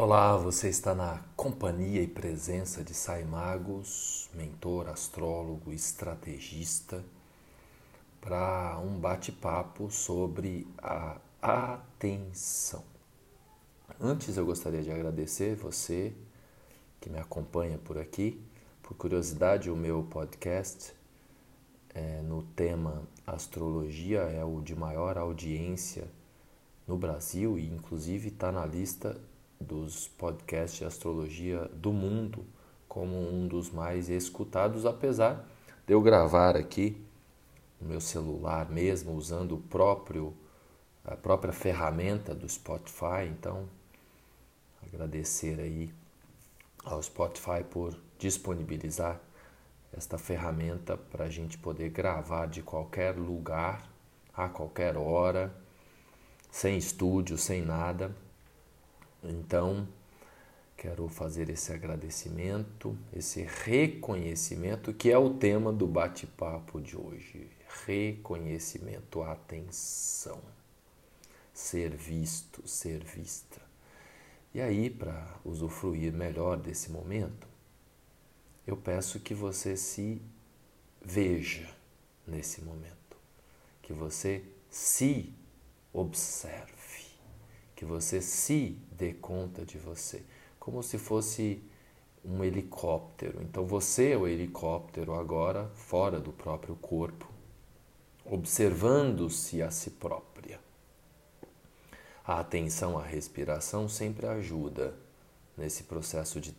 Olá, você está na companhia e presença de Sai Magos, mentor, astrólogo, estrategista, para um bate-papo sobre a atenção. Antes eu gostaria de agradecer você que me acompanha por aqui. Por curiosidade, o meu podcast no tema astrologia é o de maior audiência no Brasil e inclusive está na lista dos podcasts de astrologia do mundo como um dos mais escutados, apesar de eu gravar aqui no meu celular mesmo, usando a própria ferramenta do Spotify. Então, agradecer aí ao Spotify por disponibilizar esta ferramenta para a gente poder gravar de qualquer lugar, a qualquer hora, sem estúdio, sem nada. Então, quero fazer esse agradecimento, esse reconhecimento, que é o tema do bate-papo de hoje. Reconhecimento, atenção, ser visto, ser vista. E aí, para usufruir melhor desse momento, eu peço que você se veja nesse momento, que você se observe, que você se dê conta de você, como se fosse um helicóptero. Então você é o helicóptero agora, fora do próprio corpo, observando-se a si própria. A atenção à respiração sempre ajuda nesse processo de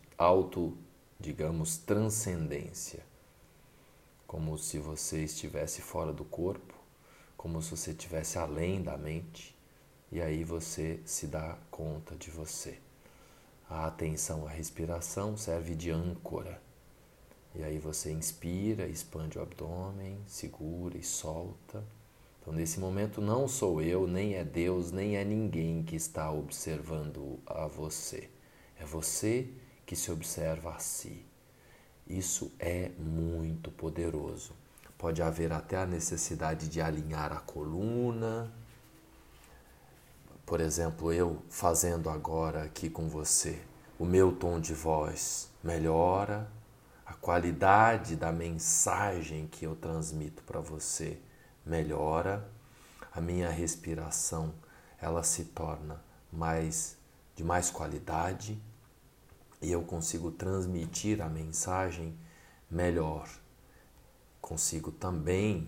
transcendência. Como se você estivesse fora do corpo, como se você estivesse além da mente, e aí você se dá conta de você. A atenção à respiração serve de âncora. E aí você inspira, expande o abdômen, segura e solta. Então, nesse momento, não sou eu, nem é Deus, nem é ninguém que está observando a você. É você que se observa a si. Isso é muito poderoso. Pode haver até a necessidade de alinhar a coluna. Por exemplo, eu fazendo agora aqui com você, o meu tom de voz melhora, a qualidade da mensagem que eu transmito para você melhora, a minha respiração ela se torna de mais qualidade e eu consigo transmitir a mensagem melhor. Consigo também,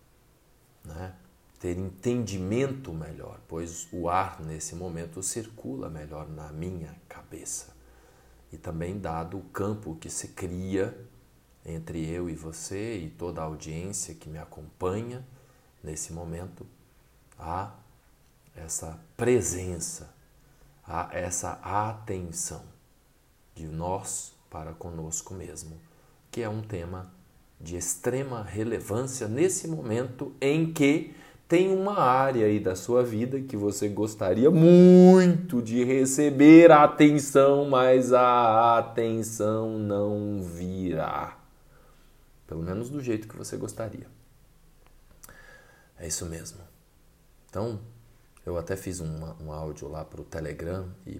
ter entendimento melhor, pois o ar nesse momento circula melhor na minha cabeça. E também dado o campo que se cria entre eu e você e toda a audiência que me acompanha nesse momento, há essa presença, há essa atenção de nós para conosco mesmo, que é um tema de extrema relevância nesse momento em que tem uma área aí da sua vida que você gostaria muito de receber atenção, mas a atenção não virá. Pelo menos do jeito que você gostaria. É isso mesmo. Então, eu até fiz um áudio lá para o Telegram e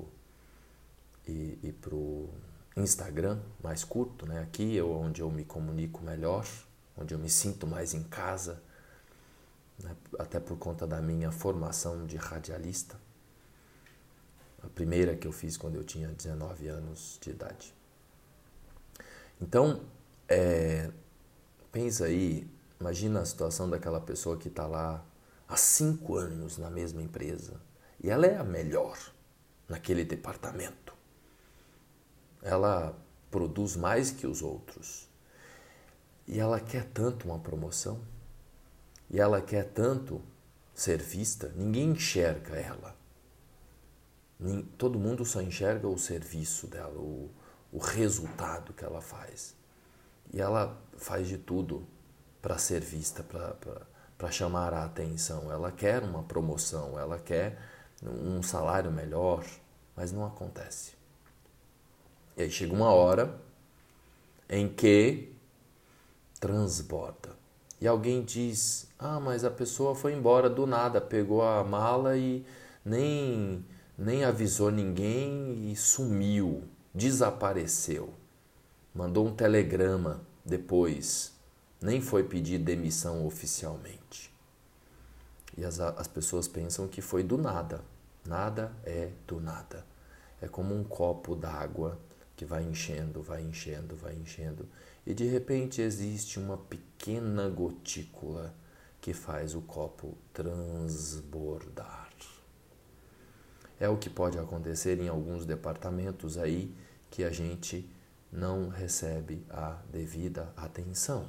para o Instagram, mais curto, né? Aqui é onde eu me comunico melhor, onde eu me sinto mais em casa, né? Até por conta da minha formação de radialista, a primeira que eu fiz quando eu tinha 19 anos de idade. Então, pensa aí, imagina a situação daquela pessoa que está lá há 5 anos na mesma empresa e ela é a melhor naquele departamento. Ela produz mais que os outros e ela quer tanto uma promoção e ela quer tanto ser vista, ninguém enxerga ela. Todo mundo só enxerga o serviço dela, o resultado que ela faz. E ela faz de tudo para ser vista, para chamar a atenção. Ela quer uma promoção, ela quer um salário melhor, mas não acontece. E aí chega uma hora em que transborda. E alguém diz, mas a pessoa foi embora do nada, pegou a mala e nem nem avisou ninguém e sumiu, desapareceu. Mandou um telegrama depois, nem foi pedir demissão oficialmente. E as pessoas pensam que foi do nada. Nada é do nada. É como um copo d'água que vai enchendo, vai enchendo, vai enchendo. E de repente existe uma pequena gotícula que faz o copo transbordar. É o que pode acontecer em alguns departamentos aí que a gente não recebe a devida atenção.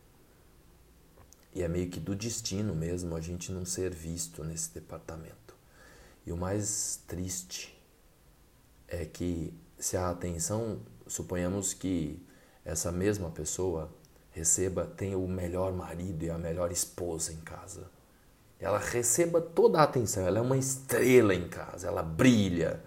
E é meio que do destino mesmo a gente não ser visto nesse departamento. E o mais triste é que se a atenção, suponhamos que essa mesma pessoa tenha o melhor marido e a melhor esposa em casa. Ela receba toda a atenção, ela é uma estrela em casa, ela brilha.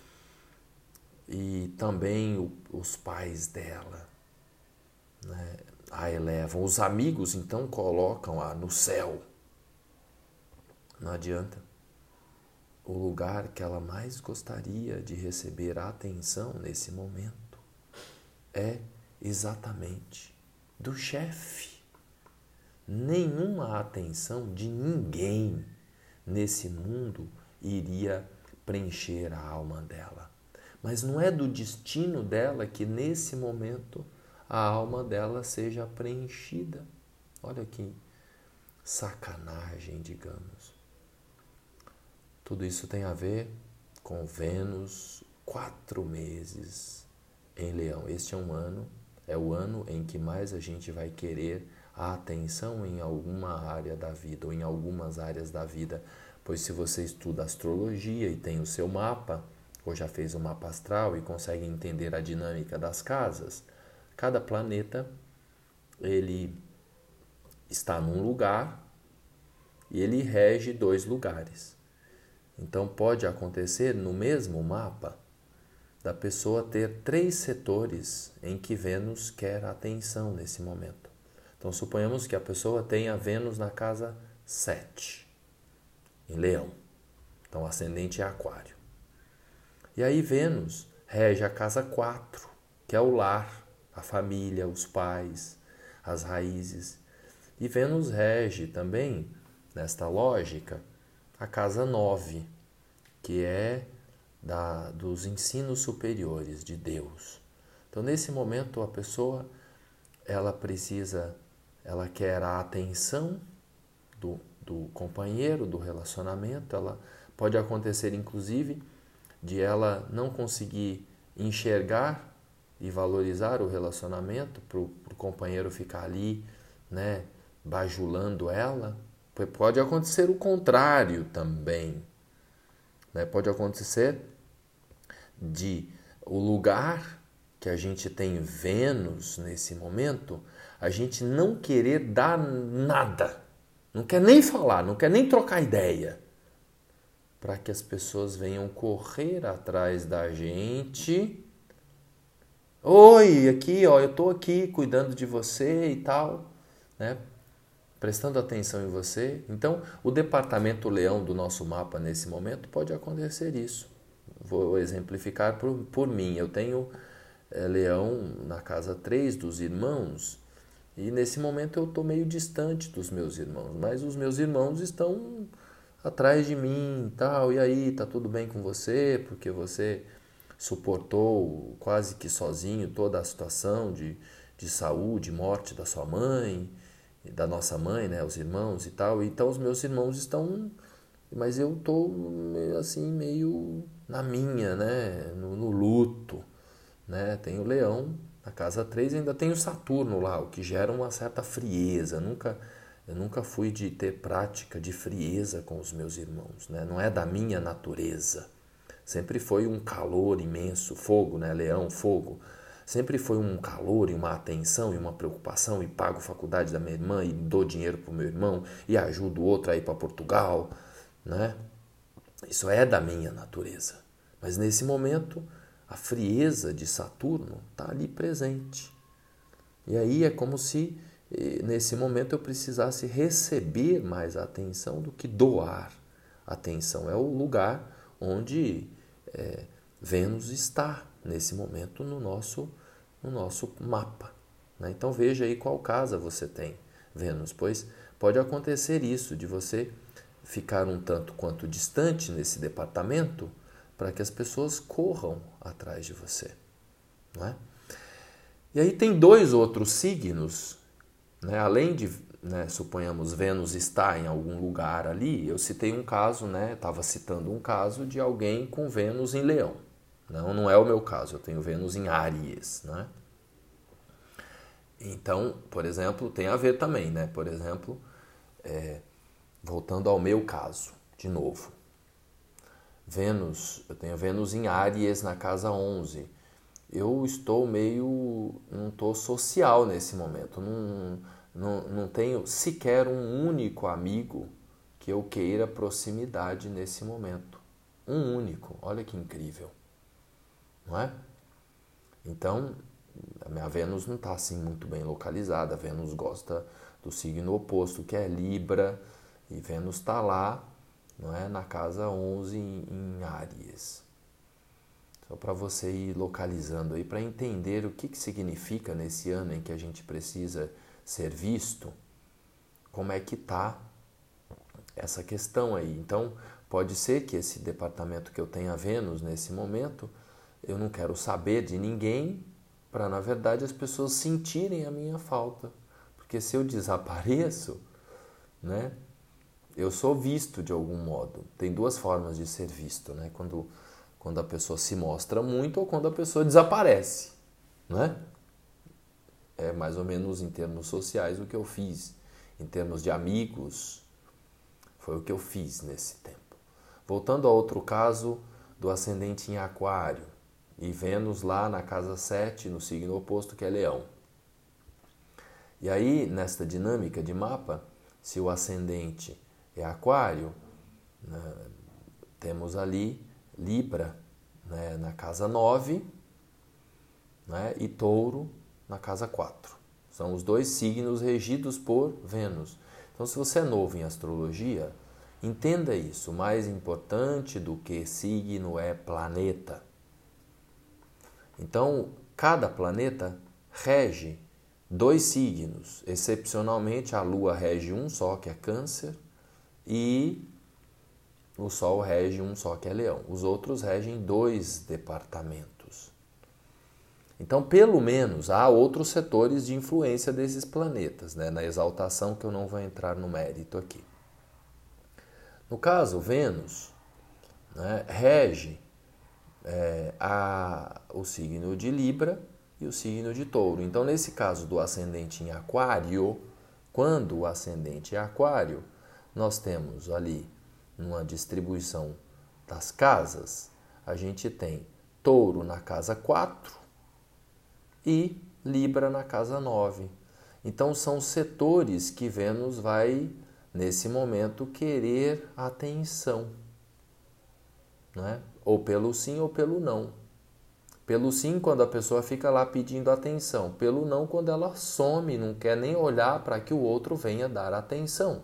E também os pais dela, né, a elevam. Os amigos então colocam-a no céu. Não adianta. O lugar que ela mais gostaria de receber a atenção nesse momento é exatamente do chefe. Nenhuma atenção de ninguém nesse mundo iria preencher a alma dela. Mas não é do destino dela que nesse momento a alma dela seja preenchida. Olha que sacanagem, digamos. Tudo isso tem a ver com Vênus, 4 meses em Leão. Este é o ano em que mais a gente vai querer a atenção em alguma área da vida ou em algumas áreas da vida. Pois se você estuda astrologia e tem o seu mapa, ou já fez o mapa astral e consegue entender a dinâmica das casas, cada planeta ele está num lugar e ele rege 2 lugares. Então pode acontecer no mesmo mapa da pessoa ter 3 setores em que Vênus quer atenção nesse momento. Então suponhamos que a pessoa tenha Vênus na casa 7, em Leão. Então o ascendente é Aquário. E aí Vênus rege a casa 4, que é o lar, a família, os pais, as raízes. E Vênus rege também, nesta lógica, a casa 9, que é dos ensinos superiores de Deus. Então, nesse momento, a pessoa, ela quer a atenção do companheiro, do relacionamento. Ela pode acontecer, inclusive, de ela não conseguir enxergar e valorizar o relacionamento para o companheiro ficar ali, né, bajulando ela. Pode acontecer o contrário também, né? Pode acontecer de o lugar que a gente tem Vênus nesse momento, a gente não querer dar nada, não quer nem falar, não quer nem trocar ideia, para que as pessoas venham correr atrás da gente. Oi, aqui, ó, eu estou aqui cuidando de você e tal, né? Prestando atenção em você. Então, o departamento Leão do nosso mapa nesse momento pode acontecer isso. Vou exemplificar por mim. Eu tenho Leão na casa 3 dos irmãos e nesse momento eu estou meio distante dos meus irmãos, mas os meus irmãos estão atrás de mim e tal. E aí, tá tudo bem com você? Porque você suportou quase que sozinho toda a situação de saúde, morte da sua mãe, da nossa mãe, né, os irmãos e tal. Então os meus irmãos estão, mas eu tô assim meio na minha, né, no luto, né? Tem o Leão na casa 3, ainda tem o Saturno lá, o que gera uma certa frieza. Eu nunca fui de ter prática de frieza com os meus irmãos, né? Não é da minha natureza. Sempre foi um calor imenso, fogo, né? Leão, fogo. Sempre foi um calor e uma atenção e uma preocupação, e pago faculdade da minha irmã e dou dinheiro para o meu irmão e ajudo o outro a ir para Portugal, né? Isso é da minha natureza. Mas nesse momento, a frieza de Saturno está ali presente. E aí é como se, nesse momento, eu precisasse receber mais atenção do que doar atenção. É o lugar onde Vênus está nesse momento no nosso mapa, né? Então veja aí qual casa você tem Vênus, pois pode acontecer isso, de você ficar um tanto quanto distante nesse departamento para que as pessoas corram atrás de você, não é? E aí tem 2 outros signos, né? Além de, né, suponhamos, Vênus está em algum lugar ali, eu citei um caso, né? Estava citando um caso de alguém com Vênus em Leão. Não é o meu caso, eu tenho Vênus em Áries, né? Então, por exemplo, tem a ver também, né? Por exemplo, voltando ao meu caso, de novo. Eu tenho Vênus em Áries na casa 11. Eu estou não estou social nesse momento, não tenho sequer um único amigo que eu queira proximidade nesse momento. Um único, olha que incrível, não é? Então, a minha Vênus não está assim muito bem localizada. A Vênus gosta do signo oposto, que é Libra, e Vênus está lá, não é, na casa 11 em Áries. Só para você ir localizando aí, para entender o que significa nesse ano em que a gente precisa ser visto, como é que está essa questão aí. Então, pode ser que esse departamento que eu tenha Vênus nesse momento, eu não quero saber de ninguém, para, na verdade, as pessoas sentirem a minha falta. Porque se eu desapareço, né, eu sou visto de algum modo. Tem 2 formas de ser visto, né? Quando a pessoa se mostra muito ou quando a pessoa desaparece, né? É mais ou menos em termos sociais o que eu fiz. Em termos de amigos, foi o que eu fiz nesse tempo. Voltando a outro caso do ascendente em Aquário e Vênus lá na casa 7, no signo oposto, que é Leão. E aí, nesta dinâmica de mapa, se o ascendente é Aquário, né, temos ali Libra, né, na casa 9, né, e Touro na casa 4. São os 2 signos regidos por Vênus. Então, se você é novo em astrologia, entenda isso. Mais importante do que signo é planeta. Então, cada planeta rege 2 signos. Excepcionalmente, a Lua rege um só, que é Câncer, e o Sol rege um só, que é Leão. Os outros regem 2 departamentos. Então, pelo menos, há outros setores de influência desses planetas, né? Na exaltação, que eu não vou entrar no mérito aqui. No caso, Vênus, né, rege o signo de Libra e o signo de Touro. Então, nesse caso do ascendente em Aquário, quando o ascendente é Aquário, nós temos ali, numa distribuição das casas, a gente tem Touro na casa 4 e Libra na casa 9. Então, são setores que Vênus vai, nesse momento, querer atenção, né? Ou pelo sim ou pelo não. Pelo sim, quando a pessoa fica lá pedindo atenção. Pelo não, quando ela some, não quer nem olhar para que o outro venha dar atenção.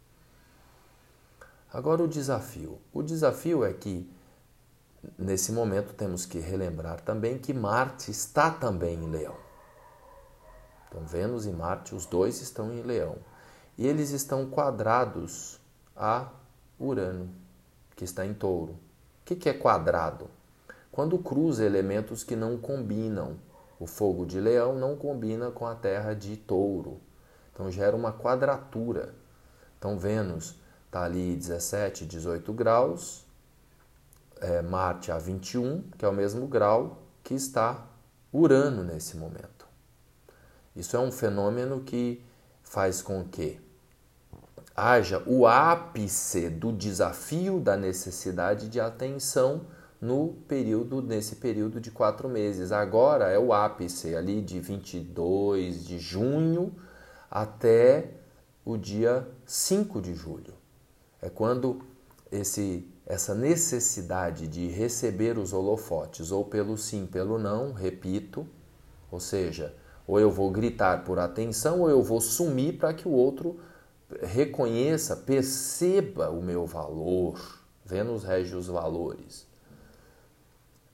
Agora o desafio. O desafio é que, nesse momento, temos que relembrar também que Marte está também em Leão. Então, Vênus e Marte, os 2 estão em Leão. E eles estão quadrados a Urano, que está em Touro. O que é quadrado? Quando cruza elementos que não combinam. O fogo de Leão não combina com a terra de Touro. Então gera uma quadratura. Então Vênus está ali 17, 18 graus, Marte a 21, que é o mesmo grau que está Urano nesse momento. Isso é um fenômeno que faz com que haja o ápice do desafio da necessidade de atenção nesse período de 4 meses. Agora é o ápice ali de 22 de junho até o dia 5 de julho. É quando essa necessidade de receber os holofotes, ou pelo sim, pelo não, repito, ou seja, ou eu vou gritar por atenção, ou eu vou sumir para que o outro reconheça, perceba o meu valor. Vênus rege os valores.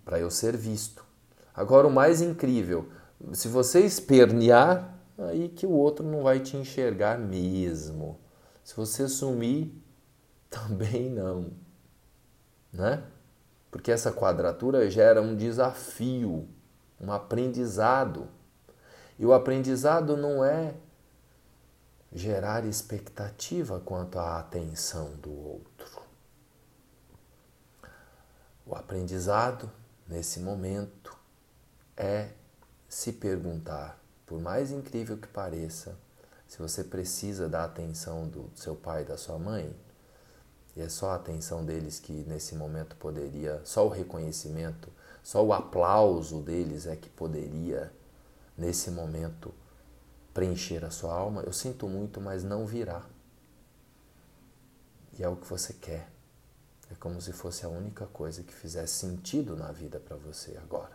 para eu ser visto. Agora, o mais incrível, se você espernear, aí que o outro não vai te enxergar mesmo. Se você sumir, também não, né? Porque essa quadratura gera um desafio, um aprendizado. E o aprendizado não é gerar expectativa quanto à atenção do outro. O aprendizado, nesse momento, é se perguntar, por mais incrível que pareça, se você precisa da atenção do seu pai e da sua mãe, e é só a atenção deles que nesse momento poderia, só o reconhecimento, só o aplauso deles é que poderia, nesse momento, preencher a sua alma, eu sinto muito, mas não virá. E é o que você quer. É como se fosse a única coisa que fizesse sentido na vida para você agora.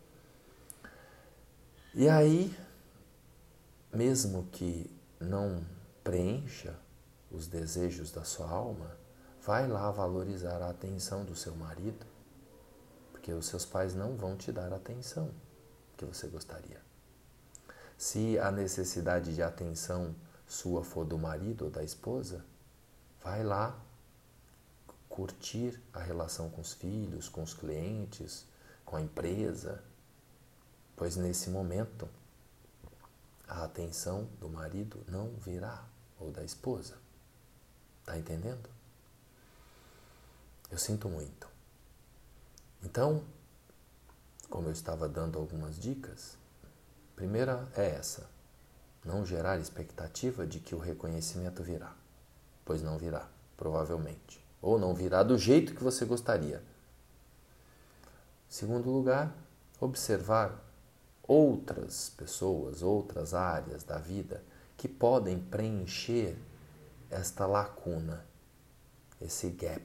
E aí, mesmo que não preencha os desejos da sua alma, vai lá valorizar a atenção do seu marido, porque os seus pais não vão te dar a atenção que você gostaria. Se a necessidade de atenção sua for do marido ou da esposa, vai lá curtir a relação com os filhos, com os clientes, com a empresa, pois nesse momento a atenção do marido não virá, ou da esposa. Tá entendendo? Eu sinto muito. Então, como eu estava dando algumas dicas, a primeira é essa: não gerar expectativa de que o reconhecimento virá, pois não virá, provavelmente. Ou não virá do jeito que você gostaria. Segundo lugar, observar outras pessoas, outras áreas da vida que podem preencher esta lacuna, esse gap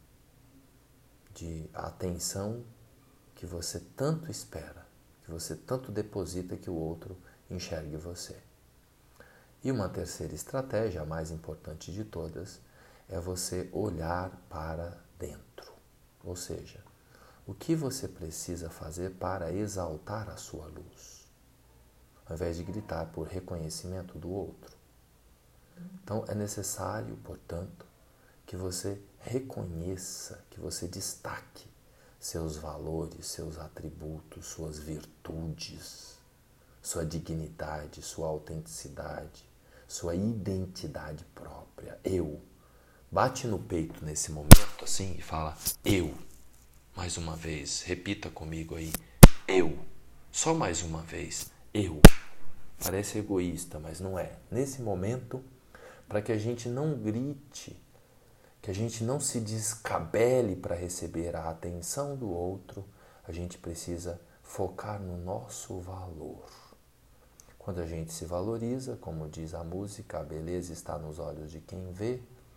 de atenção que você tanto espera, que você tanto deposita que o outro enxergue você. E uma terceira estratégia, a mais importante de todas, é você olhar para dentro. Ou seja, o que você precisa fazer para exaltar a sua luz, ao invés de gritar por reconhecimento do outro. Então, é necessário, portanto, que você reconheça, que você destaque seus valores, seus atributos, suas virtudes, sua dignidade, sua autenticidade, sua identidade própria. Eu. Bate no peito nesse momento assim e fala: eu. Mais uma vez, repita comigo aí: eu. Só mais uma vez: eu. Parece egoísta, mas não é. Nesse momento, para que a gente não grite, que a gente não se descabele para receber a atenção do outro, a gente precisa focar no nosso valor. Quando a gente se valoriza, como diz a música, a beleza está nos olhos de quem vê.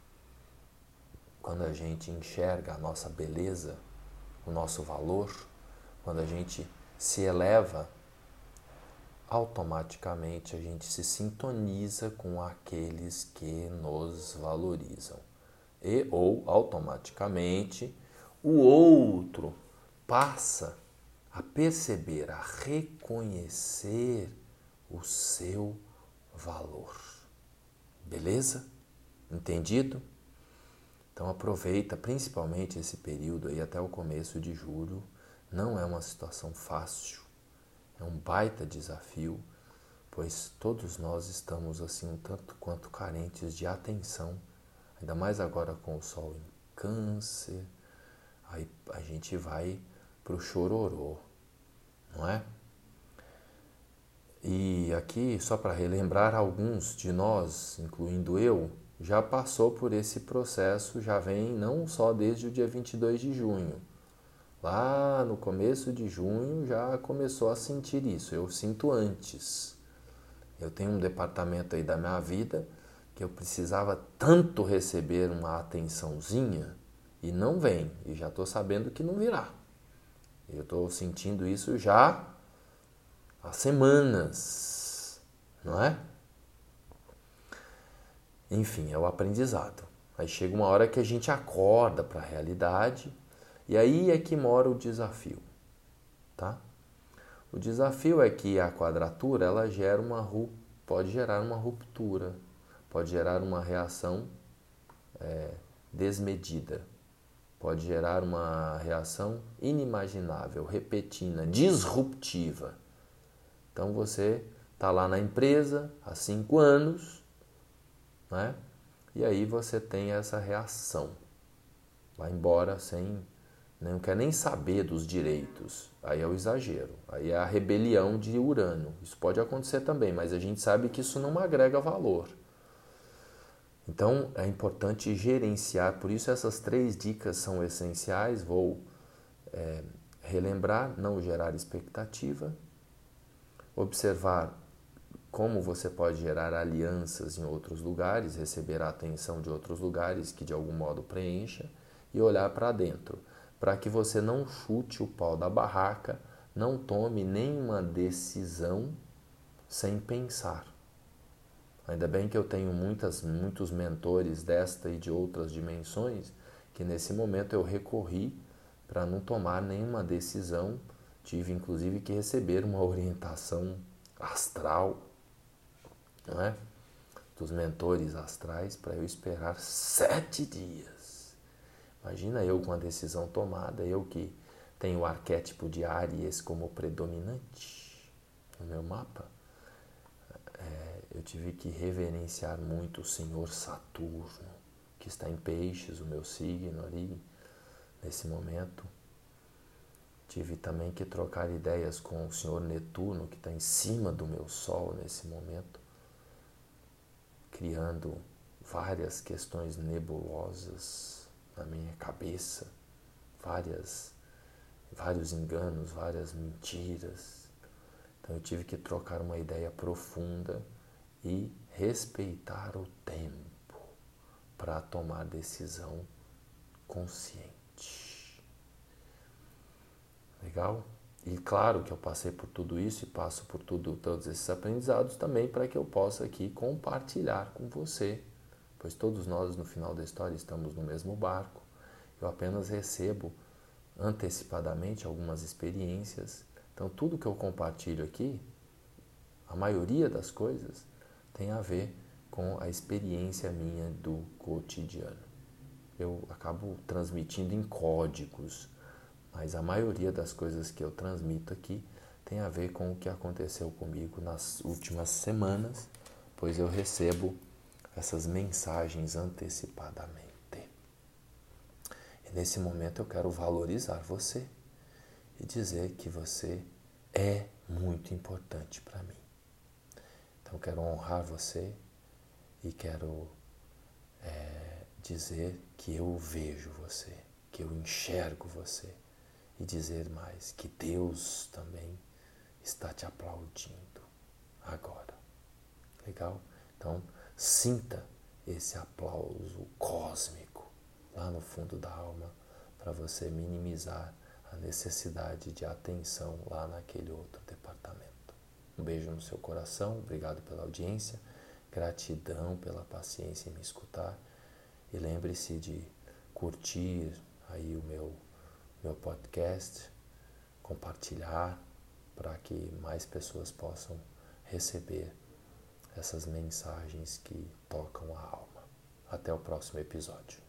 Quando a gente enxerga a nossa beleza, o nosso valor, quando a gente se eleva, automaticamente a gente se sintoniza com aqueles que nos valorizam. E ou automaticamente o outro passa a perceber, a reconhecer o seu valor. Beleza? Entendido? Então aproveita principalmente esse período aí até o começo de julho. Não é uma situação fácil, é um baita desafio, pois todos nós estamos assim um tanto quanto carentes de atenção, ainda mais agora com o sol em Câncer, aí a gente vai pro chororô, não é? E aqui, só para relembrar, alguns de nós, incluindo eu, já passou por esse processo, já vem não só desde o dia 22 de junho. Lá no começo de junho já começou a sentir isso, eu sinto antes. Eu tenho um departamento aí da minha vida que eu precisava tanto receber uma atençãozinha e não vem, e já estou sabendo que não virá. Eu estou sentindo isso já há semanas, não é? Enfim, é o aprendizado. Aí chega uma hora que a gente acorda para a realidade e aí é que mora o desafio. tá? O desafio é que a quadratura ela pode gerar uma ruptura, pode gerar uma reação desmedida, pode gerar uma reação inimaginável, repentina, disruptiva. Então você está lá na empresa há 5 anos, né? E aí você tem essa reação, vai embora não quer nem saber dos direitos, aí é o exagero, aí é a rebelião de Urano. Isso pode acontecer também, mas a gente sabe que isso não agrega valor. Então é importante gerenciar, por isso essas 3 dicas são essenciais. Vou relembrar, não gerar expectativa, observar como você pode gerar alianças em outros lugares, receber a atenção de outros lugares que de algum modo preencha, e olhar para dentro, para que você não chute o pau da barraca, não tome nenhuma decisão sem pensar. Ainda bem que eu tenho muitos mentores desta e de outras dimensões, que nesse momento eu recorri para não tomar nenhuma decisão. Tive inclusive que receber uma orientação astral, não é? Dos mentores astrais, para eu esperar 7 dias. Imagina eu com a decisão tomada, eu que tenho o arquétipo de Áries como predominante no meu mapa. Eu tive que reverenciar muito o Senhor Saturno, que está em Peixes, o meu signo ali, nesse momento. Tive também que trocar ideias com o Senhor Netuno, que está em cima do meu Sol nesse momento, criando várias questões nebulosas na minha cabeça, vários enganos, várias mentiras. Então eu tive que trocar uma ideia profunda e respeitar o tempo para tomar decisão consciente. Legal? E claro que eu passei por tudo isso e passo por todos esses aprendizados também para que eu possa aqui compartilhar com você, pois todos nós no final da história estamos no mesmo barco. Eu apenas recebo antecipadamente algumas experiências. Então tudo que eu compartilho aqui, a maioria das coisas, tem a ver com a experiência minha do cotidiano. Eu acabo transmitindo em códigos, mas a maioria das coisas que eu transmito aqui tem a ver com o que aconteceu comigo nas últimas semanas, pois eu recebo essas mensagens antecipadamente. E nesse momento eu quero valorizar você e dizer que você é muito importante para mim. Então quero honrar você e quero dizer que eu vejo você, que eu enxergo você, e dizer mais, que Deus também está te aplaudindo agora. Legal? Então sinta esse aplauso cósmico lá no fundo da alma para você minimizar a necessidade de atenção lá naquele outro departamento. Um beijo no seu coração, obrigado pela audiência, gratidão pela paciência em me escutar, e lembre-se de curtir aí o meu podcast, compartilhar para que mais pessoas possam receber essas mensagens que tocam a alma. Até o próximo episódio.